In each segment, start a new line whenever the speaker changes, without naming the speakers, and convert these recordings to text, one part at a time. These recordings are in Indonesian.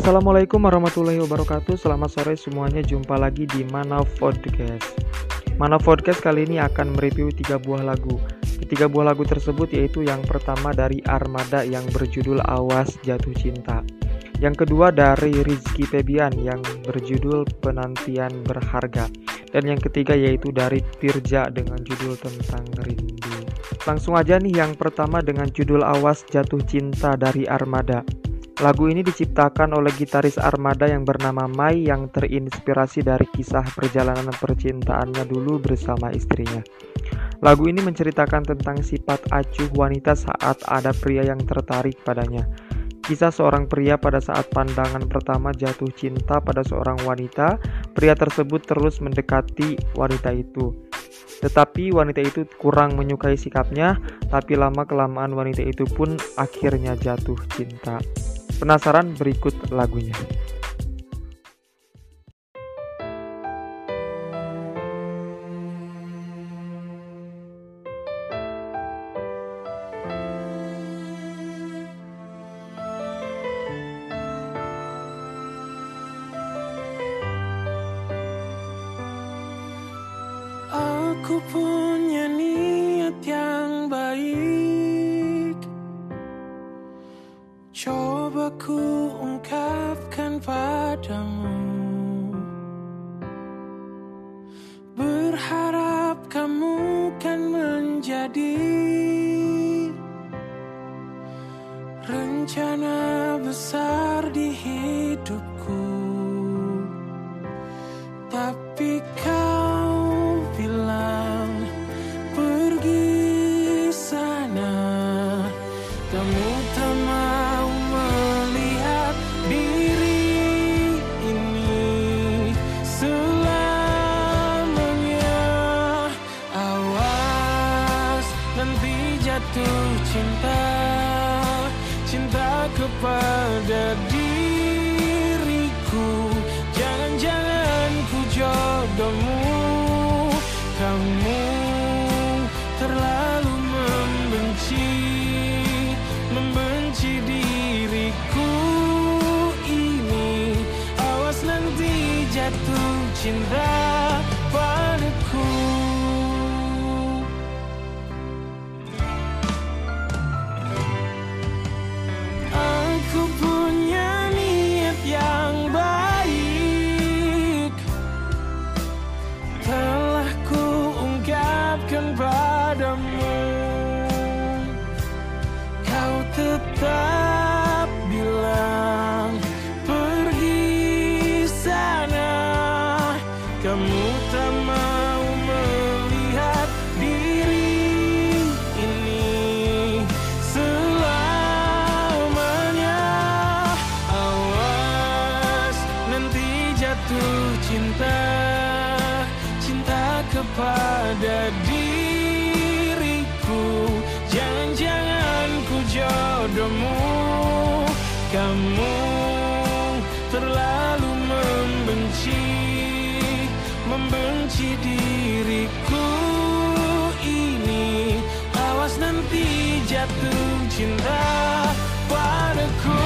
Assalamualaikum warahmatullahi wabarakatuh. Selamat sore semuanya, jumpa lagi di Mana Podcast. Mana Podcast kali ini akan mereview 3 buah lagu. Ketiga buah lagu tersebut yaitu yang pertama dari Armada yang berjudul Awas Jatuh Cinta. Yang kedua dari Rizky Febian yang berjudul Penantian Berharga. Dan yang ketiga yaitu dari Firja dengan judul Tentang Rindu. Langsung aja nih, yang pertama dengan judul Awas Jatuh Cinta dari Armada. Lagu ini diciptakan oleh gitaris Armada yang bernama Mai yang terinspirasi dari kisah perjalanan percintaannya dulu bersama istrinya. Lagu ini menceritakan tentang sifat acuh wanita saat ada pria yang tertarik padanya. Kisah seorang pria pada saat pandangan pertama jatuh cinta pada seorang wanita, pria tersebut terus mendekati wanita itu. Tetapi wanita itu kurang menyukai sikapnya, tapi lama-kelamaan wanita itu pun akhirnya jatuh cinta. Penasaran? Berikut lagunya.
Aku punya niat yang baik, coba ku ungkapkan padamu. Berharap kamu kan menjadi rencana besar di hidupku. Tapi kau bilang pergi sana, kamu tak mau melihat diri ini selamanya. Awas nanti jatuh cinta, cinta kepada diriku. Jangan-jangan ku jodohmu. Kamu terlalu membenci diriku ini. Awas nanti jatuh cinta padaku. Aku punya niat yang baik, telah ku ungkapkan padamu. Kau tetap bilang pergi sana, kamu tak mau melihat diri ini selamanya. Awas nanti jatuh cinta, cinta kepada diriku. Jangan-jangan ku jodohmu. Kamu terlalu membenci diriku ini. Awas nanti jatuh cinta padaku.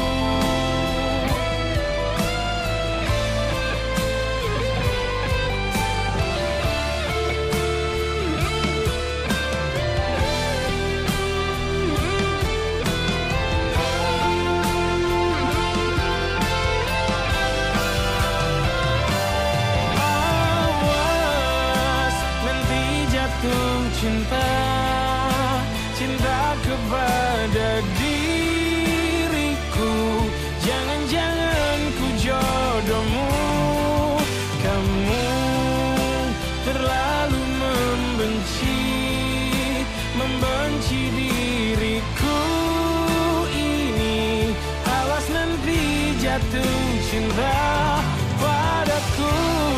Cinta, cinta kepada diriku. Jangan-jangan ku jodohmu. Kamu terlalu membenci diriku ini. Awas nanti jatuh cinta padaku.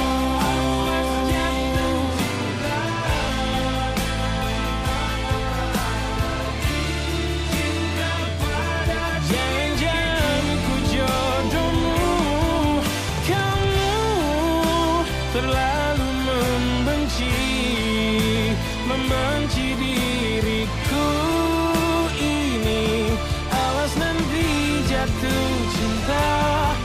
Terlalu membenci diriku ini. Awas nanti jatuh cinta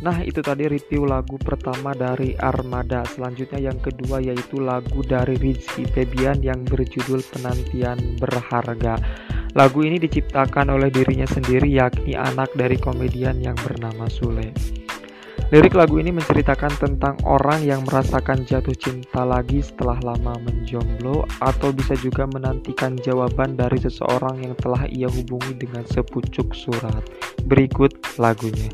Nah, itu tadi review lagu pertama dari Armada. Selanjutnya yang kedua yaitu lagu dari Rizky Febian yang berjudul Penantian Berharga. Lagu ini diciptakan oleh dirinya sendiri, yakni anak dari komedian yang bernama Sule. Lirik lagu ini menceritakan tentang orang yang merasakan jatuh cinta lagi setelah lama menjomblo, atau bisa juga menantikan jawaban dari seseorang yang telah ia hubungi dengan sepucuk surat. Berikut lagunya.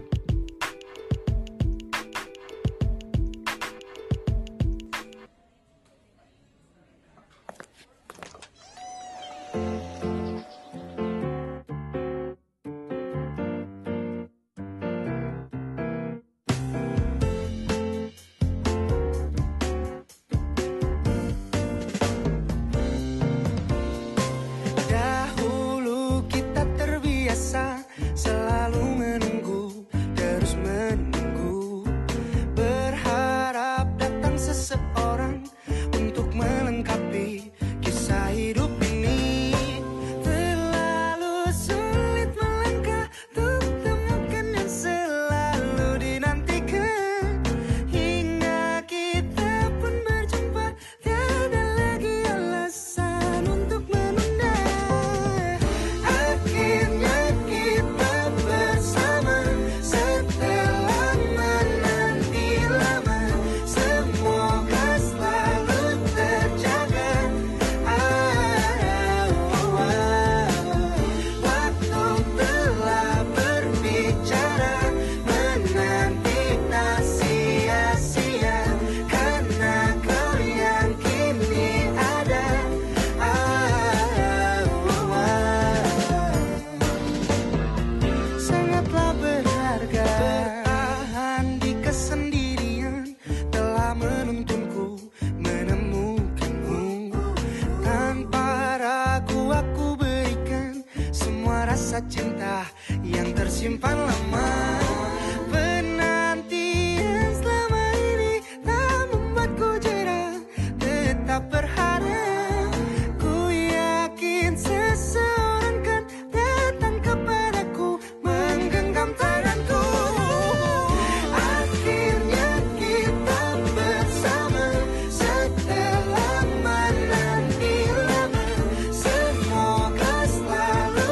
Rasa cinta yang tersimpan lama, penantian selama ini tak membuatku jera, tetap berharap. Ku yakin seseorang kan datang kepadaku, menggenggam tanganku. Akhirnya kita bersama setelah menanti lama. Semoga selalu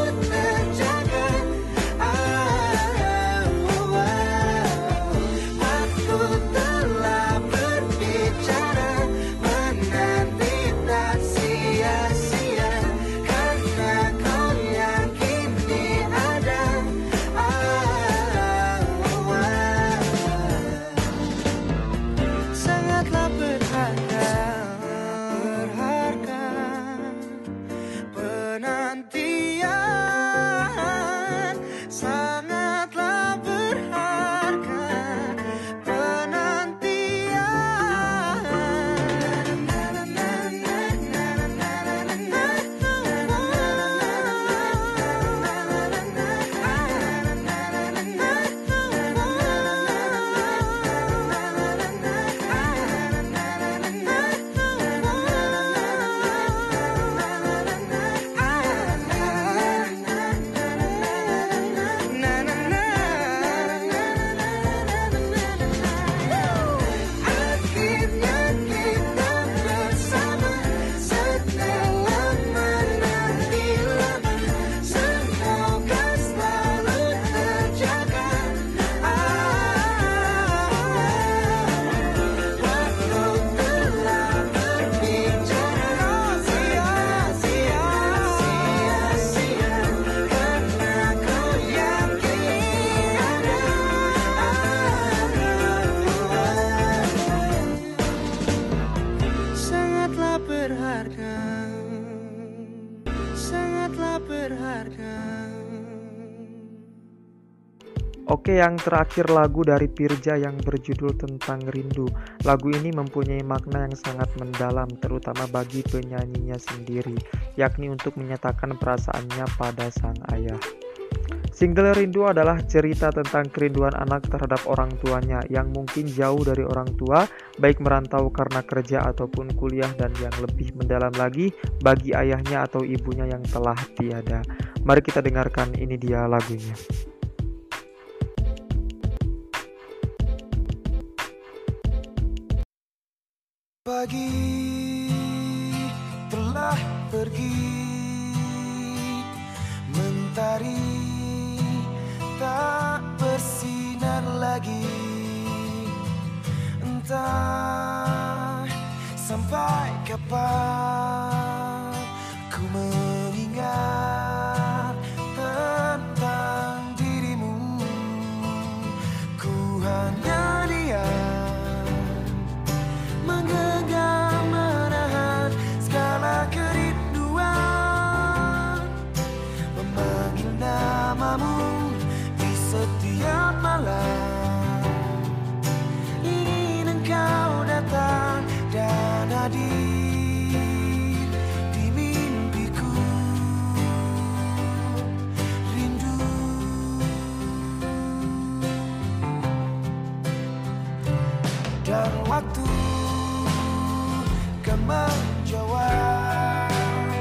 Oke, yang terakhir lagu dari Pirja yang berjudul Tentang Rindu. Lagu ini mempunyai makna yang sangat mendalam, terutama bagi penyanyinya sendiri, yakni untuk menyatakan perasaannya pada sang ayah. Single Rindu adalah cerita tentang kerinduan anak terhadap orang tuanya yang mungkin jauh dari orang tua, baik merantau karena kerja ataupun kuliah, dan yang lebih mendalam lagi bagi ayahnya atau ibunya yang telah tiada. Mari kita dengarkan, ini dia lagunya.
Pagi telah pergi, mentari tak bersinar lagi. Entah sampai kapan ku mengingat tentang dirimu. Ku hanya diam, menggenggam menahan segala kerinduan, memanggil namamu di setiap malam. Ingin engkau datang dan hadir di mimpiku. Rindu dan waktu kan menjawab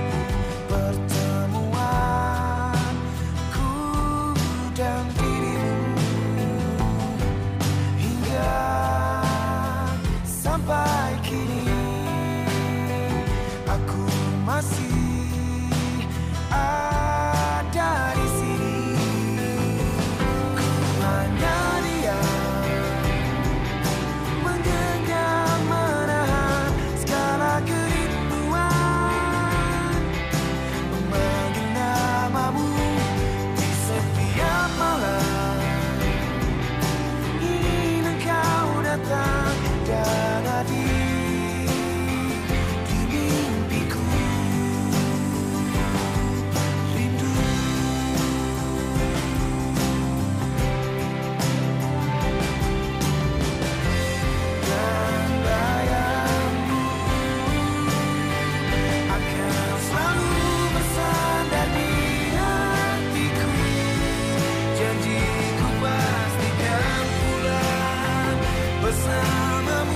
pertemuanku dan dirimu. Hingga sampai kini aku masih ada di sini. Ku hanya diam, menggenggam menahan segala kerinduan, memanggil namamu di setiap malam. Ingin engkau datang dan hadir di mimpiku. Rindu dan bayangmu akan selalu bersandar di hatiku. Janjiku pastikan pulang bersamamu.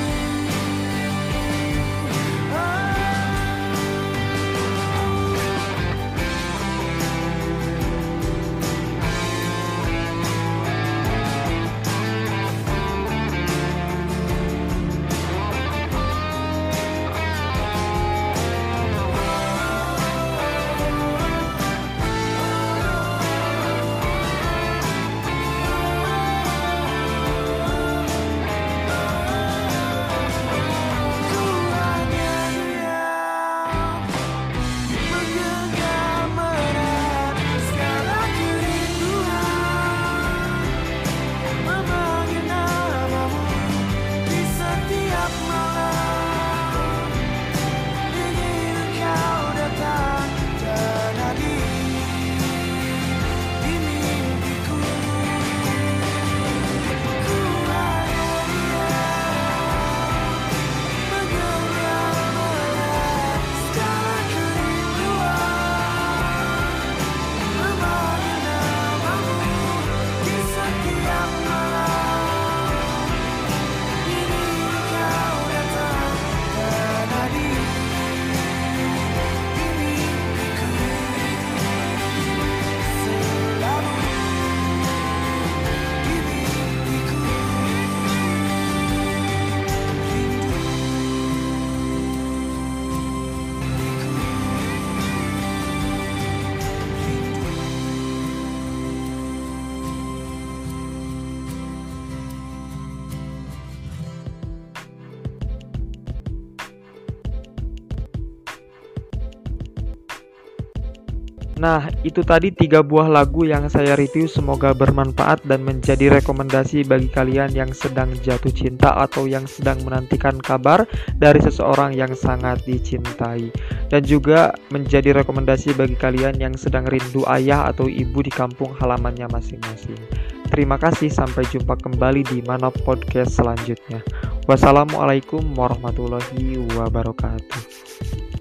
Ku hanya diam, menggenggam menahan segala kerinduan, memanggil namamu di setiap malam. Ingin engkau datang dan hadir di mimpiku. Ku hanya diam, menggenggam menahan segala kerinduan, memanggil namamu di setiap malam. Ingin engkau datang dan hadir di mimpiku. Selalu di mimpiku.
Nah, itu tadi 3 buah lagu yang saya review, semoga bermanfaat dan menjadi rekomendasi bagi kalian yang sedang jatuh cinta atau yang sedang menantikan kabar dari seseorang yang sangat dicintai. Dan juga menjadi rekomendasi bagi kalian yang sedang rindu ayah atau ibu di kampung halamannya masing-masing. Terima kasih, sampai jumpa kembali di Mana Podcast selanjutnya. Wassalamualaikum warahmatullahi wabarakatuh.